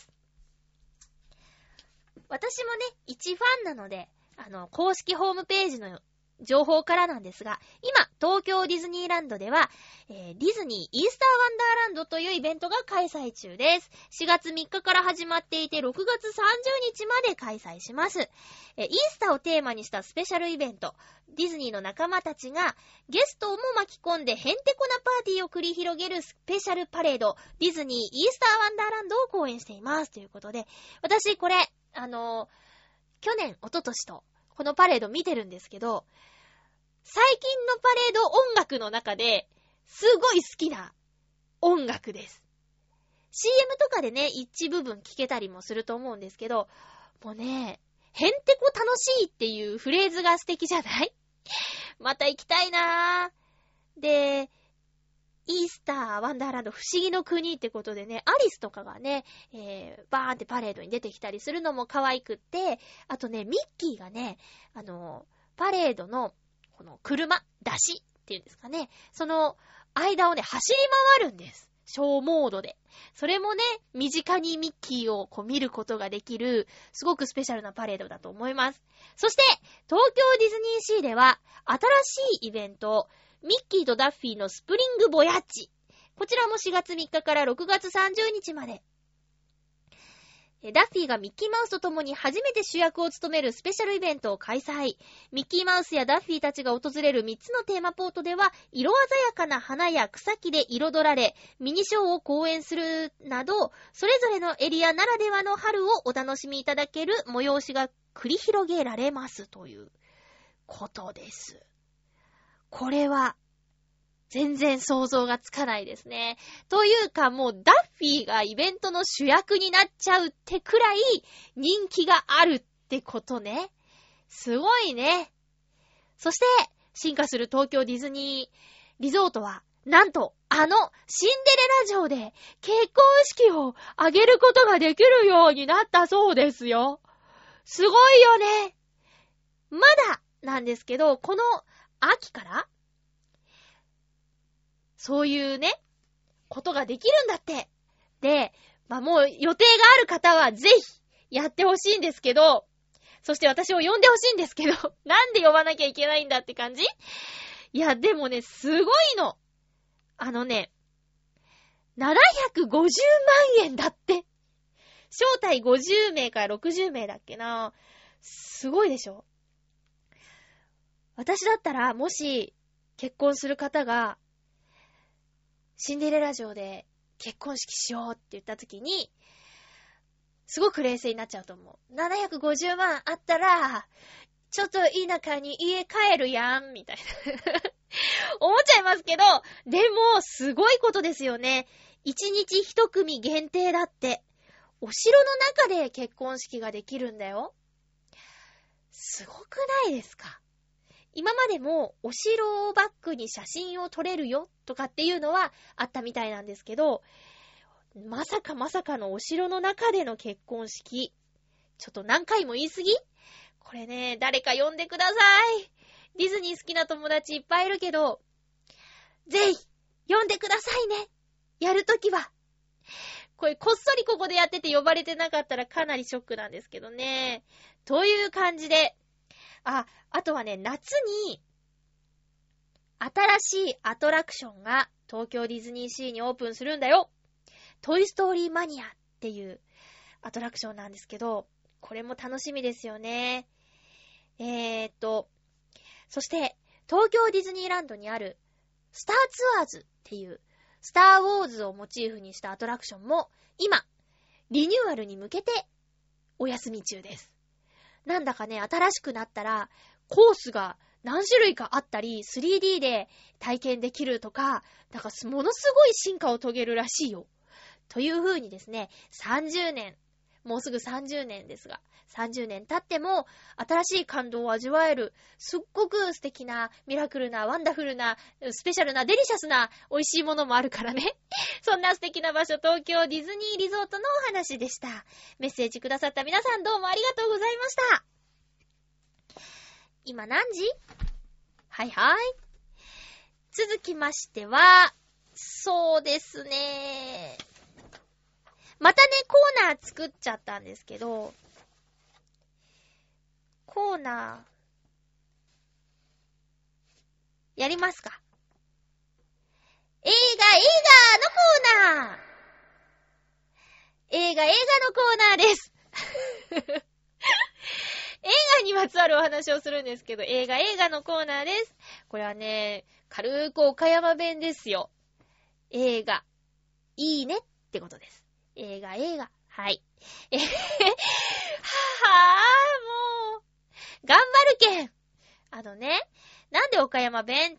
私もね、一ファンなので、公式ホームページの情報からなんですが、今、東京ディズニーランドでは、ディズニーイースターワンダーランドというイベントが開催中です。4月3日から始まっていて、6月30日まで開催します。イースターをテーマにしたスペシャルイベント、ディズニーの仲間たちがゲストも巻き込んでヘンテコなパーティーを繰り広げるスペシャルパレード、ディズニーイースターワンダーランドを講演しています。ということで、私これ、去年、一昨年と、このパレード見てるんですけど、最近のパレード音楽の中ですごい好きな音楽です。CM とかでね、一部分聞けたりもすると思うんですけど、もうね、へんてこ楽しいっていうフレーズが素敵じゃない？また行きたいなぁ。で、イースターワンダーランド不思議の国ってことでね、アリスとかがね、バーンってパレードに出てきたりするのも可愛くって、あとね、ミッキーがね、パレードのこの車、出しっていうんですかね、その間をね、走り回るんです。ショーモードで。それもね、身近にミッキーをこう見ることができる、すごくスペシャルなパレードだと思います。そして、東京ディズニーシーでは、新しいイベント、ミッキーとダッフィーのスプリングボヤッチ。こちらも4月3日から6月30日まで。ダッフィーがミッキーマウスと共に初めて主役を務めるスペシャルイベントを開催。ミッキーマウスやダッフィーたちが訪れる3つのテーマポートでは、色鮮やかな花や草木で彩られ、ミニショーを講演するなど、それぞれのエリアならではの春をお楽しみいただける催しが繰り広げられますということです。これは、全然想像がつかないですね。というかもうダッフィーがイベントの主役になっちゃうってくらい人気があるってことね。すごいね。そして進化する東京ディズニーリゾートはなんとシンデレラ城で結婚式を挙げることができるようになったそうですよ。すごいよね。まだなんですけど、この秋からそういうね、ことができるんだって。で、もう予定がある方はぜひやってほしいんですけど、 そして私を呼んでほしいんですけど、なんで呼ばなきゃいけないんだって感じ？いや、でもね、すごいの。750万円だって。招待50名から60名だっけな。すごいでしょ？私だったら、もし、結婚する方が、シンデレラ城で結婚式しようって言った時に、すごく冷静になっちゃうと思う。750万あったら、ちょっと田舎に家帰るやん、みたいな。思っちゃいますけど、でも、すごいことですよね。1日1組限定だって。お城の中で結婚式ができるんだよ。すごくないですか？今までもお城をバックに写真を撮れるよとかっていうのはあったみたいなんですけど、まさかのお城の中での結婚式。ちょっと何回も言いすぎ？これね、誰か呼んでください。ディズニー好きな友達いっぱいいるけど、ぜひ、呼んでくださいね。やるときは。これこっそりここでやってて呼ばれてなかったらかなりショックなんですけどね。という感じで。あとはね、夏に、新しいアトラクションが東京ディズニーシーにオープンするんだよ。トイストーリーマニアっていうアトラクションなんですけど、これも楽しみですよね。そして、東京ディズニーランドにある、スターツアーズっていう、スターウォーズをモチーフにしたアトラクションも、今、リニューアルに向けて、お休み中です。なんだかね、新しくなったら、コースが何種類かあったり、3D で体験できるとか、なんかものすごい進化を遂げるらしいよ。という風にですね、30年、もうすぐ30年ですが、30年経っても新しい感動を味わえる、すっごく素敵な、ミラクルな、ワンダフルな、スペシャルな、デリシャスな美味しいものもあるからね。そんな素敵な場所、東京ディズニーリゾートのお話でした。メッセージくださった皆さんどうもありがとうございました。今何時？はいはい。続きましては、そうですね。またね、コーナー作っちゃったんですけど、コーナー、やりますか。映画のコーナー。映画のコーナーです。映画にまつわるお話をするんですけど、映画のコーナーです。これはね、軽く岡山弁ですよ。映画、いいねってことです。映画。はい。はぁ、もう、頑張るけん。なんで岡山弁って、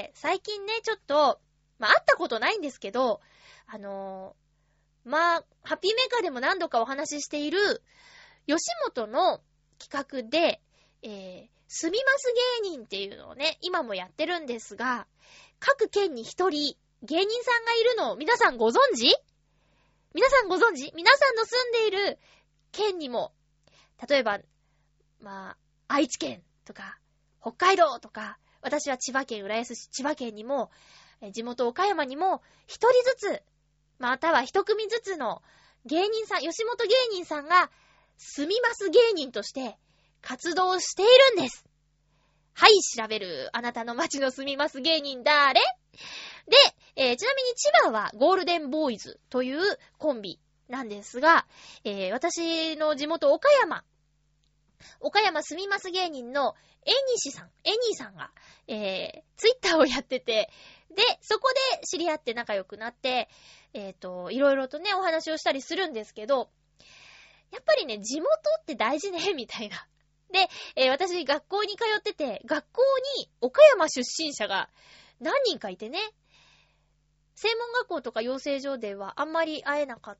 最近ね、ちょっと、会ったことないんですけど、ハッピーメーカーでも何度かお話ししている、吉本の企画で、住みます芸人っていうのをね、今もやってるんですが、各県に一人、芸人さんがいるのを皆さんご存知？皆さんの住んでいる県にも、例えば、愛知県とか、北海道とか、私は千葉県浦安市、千葉県にも、地元岡山にも、一人ずつ、または一組ずつの芸人さん、吉本芸人さんが、住みます芸人として活動しているんです。はい、調べる。あなたの街の住みます芸人誰？で、ちなみに千葉はゴールデンボーイズというコンビなんですが、私の地元岡山住みます芸人のエニーさんが、ツイッターをやってて、で、そこで知り合って仲良くなって、いろいろとね、お話をしたりするんですけど、やっぱりね、地元って大事ね、みたいな。で、私学校に通ってて、学校に岡山出身者が何人かいてね、専門学校とか養成所ではあんまり会えなかった。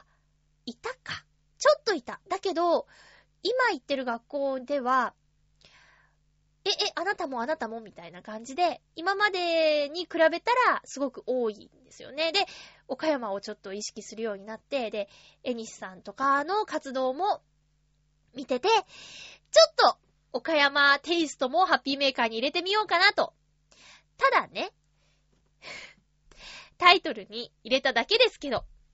いたか。ちょっといた。だけど、今行ってる学校では、あなたもみたいな感じで、今までに比べたらすごく多いんですよね。で、岡山をちょっと意識するようになって、で、エニスさんとかの活動も見てて、ちょっと岡山テイストもハッピーメーカーに入れてみようかなと。ただね、タイトルに入れただけですけど、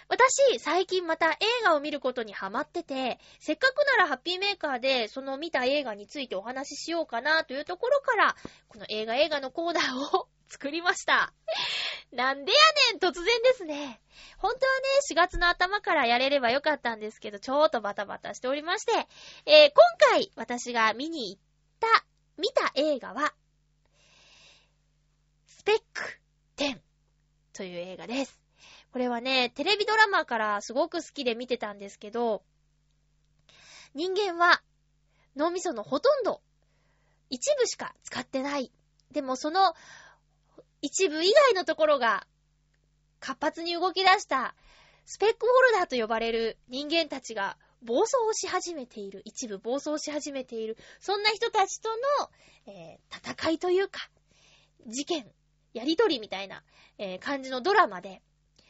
私、最近また映画を見ることにハマってて、せっかくならハッピーメーカーでその見た映画についてお話ししようかなというところから、この映画のコーナーを作りました。なんでやねん、突然ですね。本当はね、4月の頭からやれればよかったんですけど、ちょっとバタバタしておりまして、今回私が見た映画は、スペック10という映画です。これはね、テレビドラマからすごく好きで見てたんですけど、人間は脳みそのほとんど一部しか使ってない。でもその一部以外のところが活発に動き出したスペックホルダーと呼ばれる人間たちが暴走をし始めている、一部暴走し始めている、そんな人たちとの、戦いというか、事件、やりとりみたいな、感じのドラマで、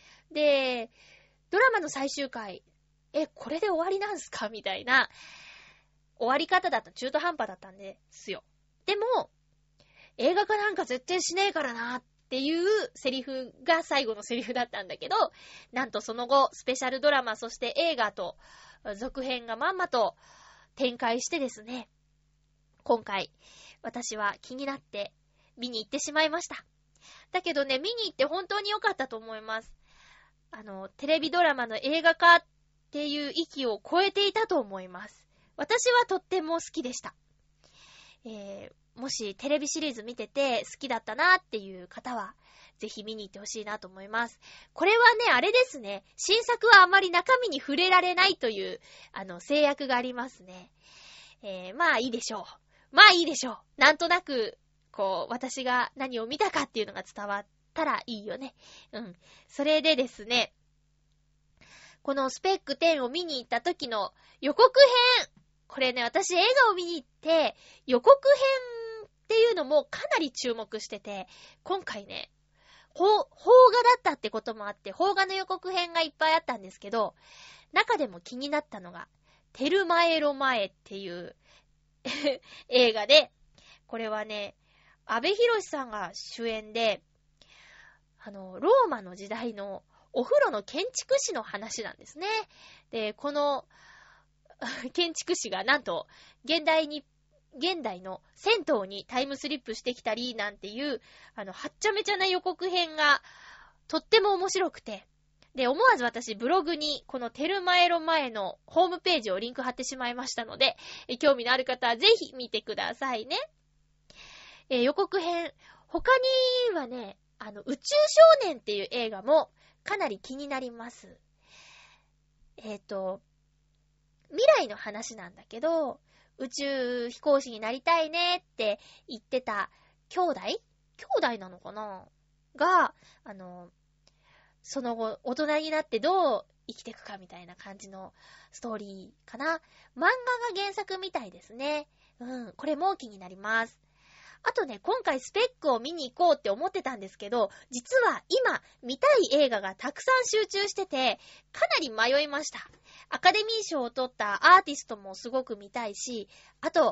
ドラマの最終回、これで終わりなんすかみたいな終わり方だった、中途半端だったんですよ。でも、映画化なんか絶対しねえからなっていうセリフが最後のセリフだったんだけど、なんとその後、スペシャルドラマ、そして映画と続編がまんまと展開してですね、今回、私は気になって見に行ってしまいました。だけどね、見に行って本当に良かったと思います。テレビドラマの映画化っていう域を超えていたと思います。私はとっても好きでした。もしテレビシリーズ見てて好きだったなっていう方は、ぜひ見に行ってほしいなと思います。これはね、あれですね。新作はあまり中身に触れられないという、制約がありますね。まあいいでしょう。なんとなく、私が何を見たかっていうのが伝わったらいいよね。うん。それでですね、このスペック10を見に行った時の予告編。これね、私映画を見に行って、予告編っていうのもかなり注目してて、今回ね、邦画だったってこともあって、邦画の予告編がいっぱいあったんですけど、中でも気になったのが、テルマエロマエっていう映画で、これはね、阿部寛さんが主演で、ローマの時代のお風呂の建築士の話なんですね。で、この建築士がなんと現代の銭湯にタイムスリップしてきたりなんていうはっちゃめちゃな予告編がとっても面白くて、で思わず私ブログにこのテルマエロ前のホームページをリンク貼ってしまいましたので、興味のある方はぜひ見てくださいね。予告編他にはね、宇宙少年っていう映画もかなり気になります。未来の話なんだけど、宇宙飛行士になりたいねって言ってた兄弟なのかなが、その後大人になってどう生きていくかみたいな感じのストーリーかな。漫画が原作みたいですね。これも気になります。あとね、今回スペックを見に行こうって思ってたんですけど、実は今見たい映画がたくさん集中してて、かなり迷いました。アカデミー賞を取ったアーティストもすごく見たいし、あと、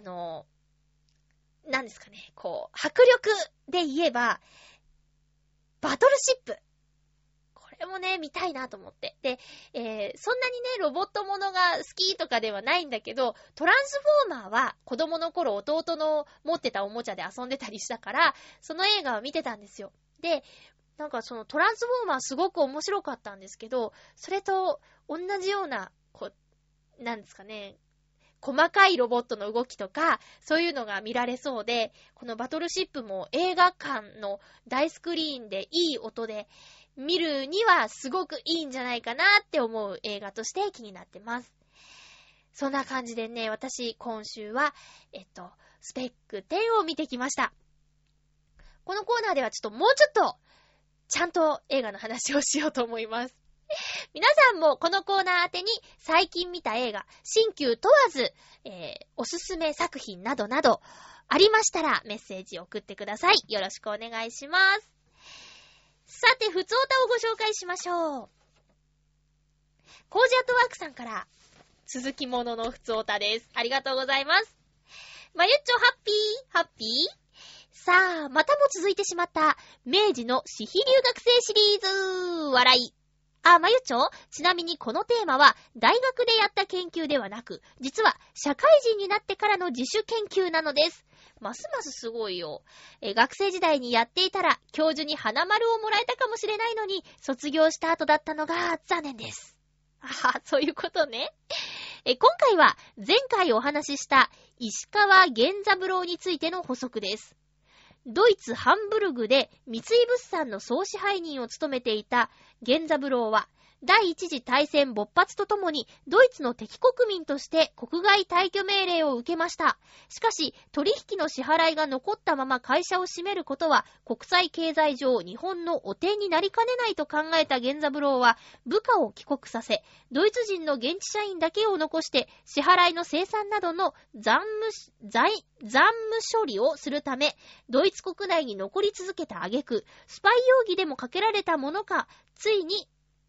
何ですかね、迫力で言えば、バトルシップ。これもね、見たいなと思って。で、そんなにね、ロボットものが好きとかではないんだけど、トランスフォーマーは子供の頃弟の持ってたおもちゃで遊んでたりしたから、その映画を見てたんですよ。で、なんかそのトランスフォーマーすごく面白かったんですけど、それと同じような、なんですかね、細かいロボットの動きとか、そういうのが見られそうで、このバトルシップも映画館の大スクリーンでいい音で見るにはすごくいいんじゃないかなって思う映画として気になってます。そんな感じでね、私今週は、スペック10を見てきました。このコーナーではちょっとちゃんと映画の話をしようと思います。皆さんもこのコーナー宛てに最近見た映画、新旧問わず、おすすめ作品などなどありましたらメッセージを送ってください。よろしくお願いします。さて、ふつおたをご紹介しましょう。コージアットワークさんから続きもののふつおたです。ありがとうございます。まゆっちょハッピーさあ、またも続いてしまった明治の私費留学生シリーズ笑い。 まゆちょ、ちなみにこのテーマは大学でやった研究ではなく、実は社会人になってからの自主研究なのです。ますますすごいよ。学生時代にやっていたら教授に花丸をもらえたかもしれないのに、卒業した後だったのが残念です。そういうことね。今回は前回お話しした石川源三郎についての補足です。ドイツハンブルグで三井物産の総支配人を務めていた源三郎は、第一次大戦勃発とともにドイツの敵国民として国外退去命令を受けました。しかし取引の支払いが残ったまま会社を閉めることは国際経済上日本の汚点になりかねないと考えた源三郎は、部下を帰国させドイツ人の現地社員だけを残して支払いの清算などの残務処理をするためドイツ国内に残り続けた挙句、スパイ容疑でもかけられたものか、ついに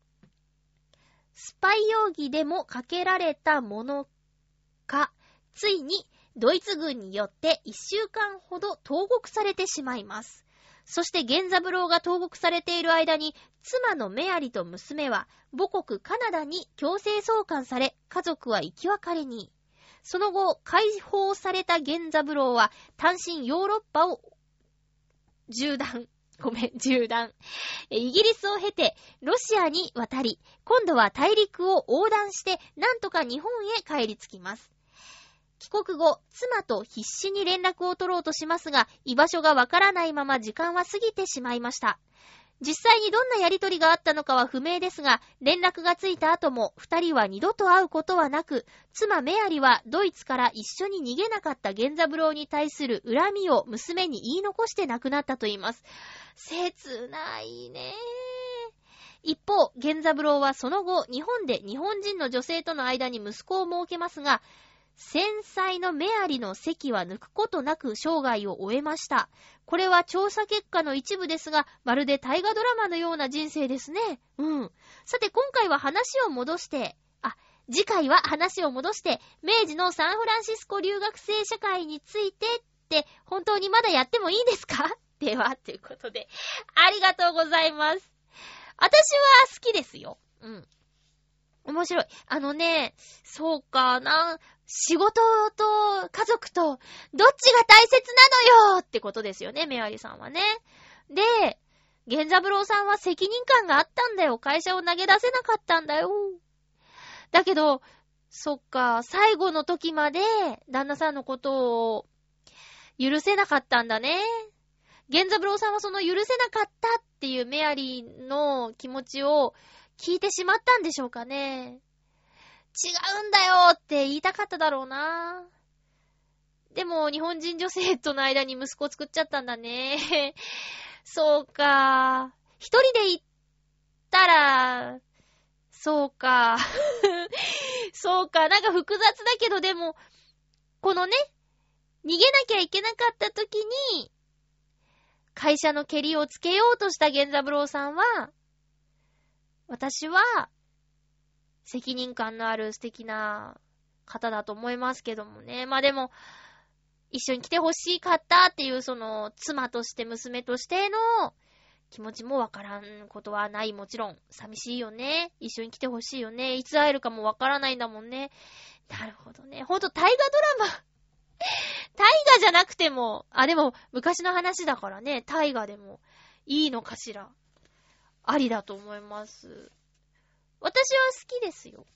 ドイツ軍によって1週間ほど投獄されてしまいます。そして源三郎が投獄されている間に、妻のメアリと娘は母国カナダに強制送還され、家族は生き別れに。その後、解放された源三郎は単身ヨーロッパを縦断。イギリスを経てロシアに渡り、今度は大陸を横断してなんとか日本へ帰り着きます。帰国後、妻と必死に連絡を取ろうとしますが、居場所がわからないまま時間は過ぎてしまいました。実際にどんなやりとりがあったのかは不明ですが、連絡がついた後も二人は二度と会うことはなく、妻メアリはドイツから一緒に逃げなかった源三郎に対する恨みを娘に言い残して亡くなったと言います。切ないね。一方、源三郎はその後、日本で日本人の女性との間に息子を設けますが、繊細のメアリの籍は抜くことなく生涯を終えました。これは調査結果の一部ですが、まるで大河ドラマのような人生ですね。さて今回は次回は話を戻して、明治のサンフランシスコ留学生社会についてって本当にまだやってもいいですか？では、ということで、ありがとうございます。私は好きですよ。面白い。そうかな。仕事と家族とどっちが大切なのよってことですよね、メアリさんはね。で、源三郎さんは責任感があったんだよ。会社を投げ出せなかったんだよ。だけど、そっか、最後の時まで旦那さんのことを許せなかったんだね。源三郎さんはその許せなかったっていうメアリの気持ちを聞いてしまったんでしょうかね。違うんだよって言いたかっただろうな。でも日本人女性との間に息子を作っちゃったんだね。そうか。一人で行ったら、そうか。そうか。なんか複雑だけど、でも、このね、逃げなきゃいけなかった時に、会社の蹴りをつけようとした源三郎さんは、私は、責任感のある素敵な方だと思いますけどもね。まあでも、一緒に来てほしかったっていうその妻として娘としての気持ちもわからんことはない。もちろん寂しいよね。一緒に来てほしいよね。いつ会えるかもわからないんだもんね。なるほどね。ほんと大河ドラマ大河じゃなくても、でも昔の話だからね、大河でもいいのかしら。ありだと思います。私は好きですよ。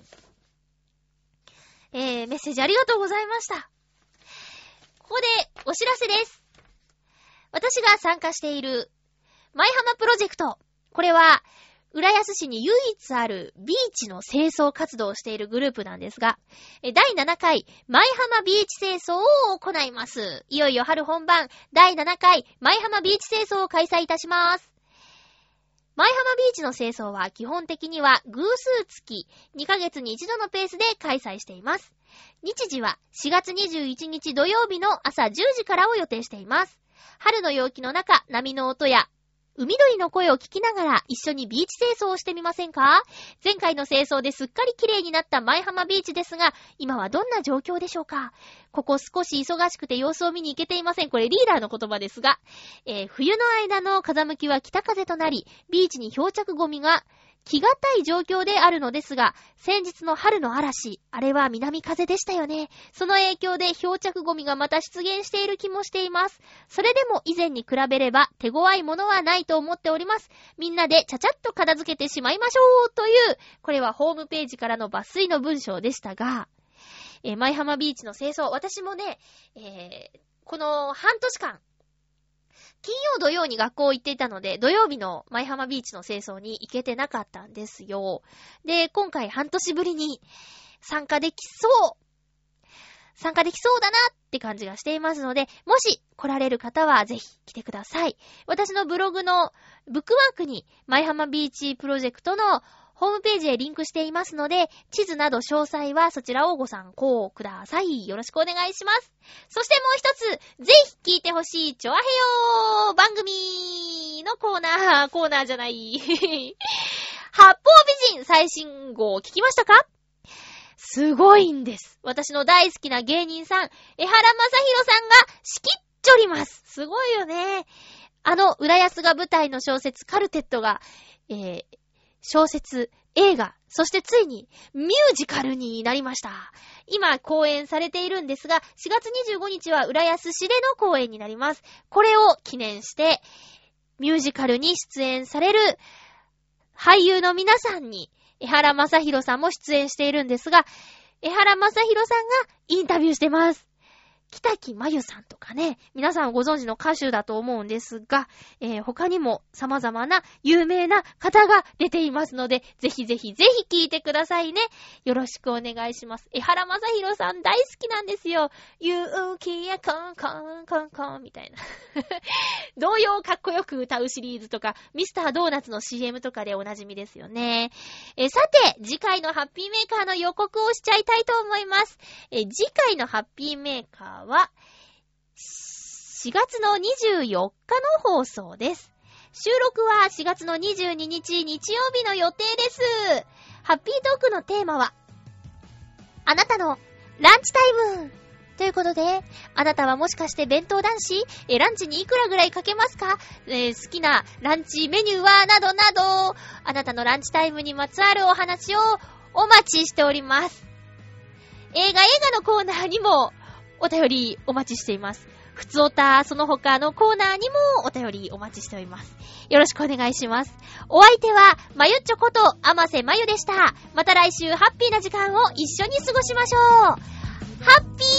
メッセージありがとうございました。ここでお知らせです。私が参加している舞浜プロジェクト。これは浦安市に唯一あるビーチの清掃活動をしているグループなんですが、第7回舞浜ビーチ清掃を行います。いよいよ春本番第7回舞浜ビーチ清掃を開催いたします。舞浜ビーチの清掃は基本的には偶数月2ヶ月に一度のペースで開催しています。日時は4月21日土曜日の朝10時からを予定しています。春の陽気の中、波の音や海鳥の声を聞きながら一緒にビーチ清掃をしてみませんか？前回の清掃ですっかり綺麗になった舞浜ビーチですが、今はどんな状況でしょうか？ここ少し忙しくて様子を見に行けていません。これリーダーの言葉ですが、冬の間の風向きは北風となり、ビーチに漂着ゴミが気がたい状況であるのですが、先日の春の嵐、あれは南風でしたよね。その影響で漂着ゴミがまた出現している気もしています。それでも以前に比べれば手強いものはないと思っております。みんなでちゃちゃっと片付けてしまいましょうという、これはホームページからの抜粋の文章でしたが、舞浜ビーチの清掃、私もね、この半年間、金曜土曜に学校行っていたので、土曜日の舞浜ビーチの清掃に行けてなかったんですよ。で、今回半年ぶりに参加できそうだなって感じがしていますので、もし来られる方はぜひ来てください。私のブログのブックマークに舞浜ビーチプロジェクトのホームページへリンクしていますので、地図など詳細はそちらをご参考ください。よろしくお願いします。そしてもう一つ、ぜひ聞いてほしいチョアヘヨ番組のコーナーじゃない。八方美人最新号聞きましたか？すごいんです。私の大好きな芸人さん、江原正宏さんが仕切っちょります。すごいよね。浦安が舞台の小説カルテットが、小説、映画、そしてついにミュージカルになりました。今公演されているんですが、4月25日は浦安市での公演になります。これを記念してミュージカルに出演される俳優の皆さんに江原正宏さんも出演しているんですが、江原正宏さんがインタビューしてます。北木真由さんとかね、皆さんご存知の歌手だと思うんですが、他にも様々な有名な方が出ていますので、ぜひぜひぜひ聞いてくださいね。よろしくお願いします。江原正宏さん大好きなんですよ。勇気やコンコンコンコンみたいな。童謡をかっこよく歌うシリーズとか、ミスタードーナツの CM とかでおなじみですよね。さて、次回のハッピーメーカーの予告をしちゃいたいと思います。次回のハッピーメーカーは4月の24日の放送です。収録は4月の22日日曜日の予定です。ハッピートークのテーマはあなたのランチタイムということで、あなたはもしかして弁当男子？ランチにいくらぐらいかけますか？好きなランチメニューはなどなど、あなたのランチタイムにまつわるお話をお待ちしております。映画のコーナーにもお便りお待ちしています。ふつおたその他のコーナーにもお便りお待ちしております。よろしくお願いします。お相手はまゆっちょこと甘瀬まゆでした。また来週ハッピーな時間を一緒に過ごしましょう。ハッピー